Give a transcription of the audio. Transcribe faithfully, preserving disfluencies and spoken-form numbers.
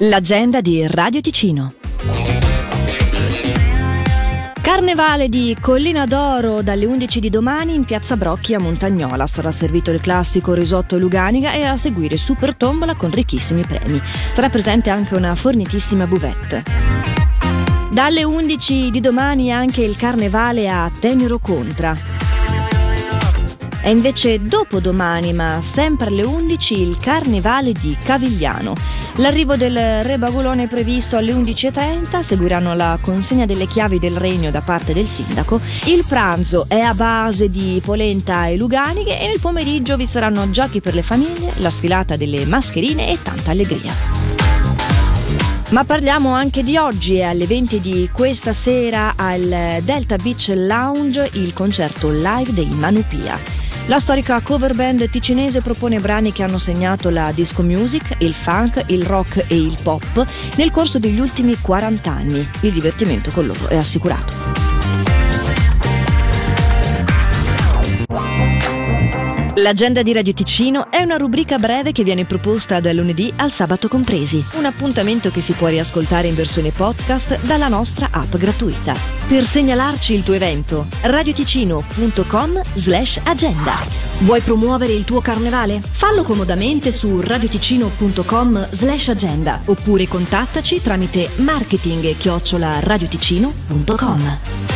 L'agenda di Radio Ticino. Carnevale di Collina d'Oro dalle undici di domani in Piazza Brocchi a Montagnola. Sarà servito il classico risotto Luganica e a seguire super tombola con ricchissimi premi. Sarà presente anche una fornitissima buvette. Dalle undici di domani anche il Carnevale a Tenero Contra. È invece dopodomani, ma sempre alle undici, il Carnevale di Cavigliano. L'arrivo del Re Bagolone è previsto alle undici e trenta, seguiranno la consegna delle chiavi del regno da parte del sindaco. Il pranzo è a base di polenta e luganiche e nel pomeriggio vi saranno giochi per le famiglie, la sfilata delle mascherine e tanta allegria. Ma parliamo anche di oggi e alle venti di questa sera al Delta Beach Lounge il concerto live dei Manupia. La storica cover band ticinese propone brani che hanno segnato la disco music, il funk, il rock e il pop nel corso degli ultimi quaranta anni. Il divertimento con loro è assicurato. L'agenda di Radio Ticino è una rubrica breve che viene proposta dal lunedì al sabato compresi. Un appuntamento che si può riascoltare in versione podcast dalla nostra app gratuita. Per segnalarci il tuo evento, radioticino punto com slash agenda. Vuoi promuovere il tuo carnevale? Fallo comodamente su radioticino punto com slash agenda oppure contattaci tramite marketing chiocciola radioticino punto com.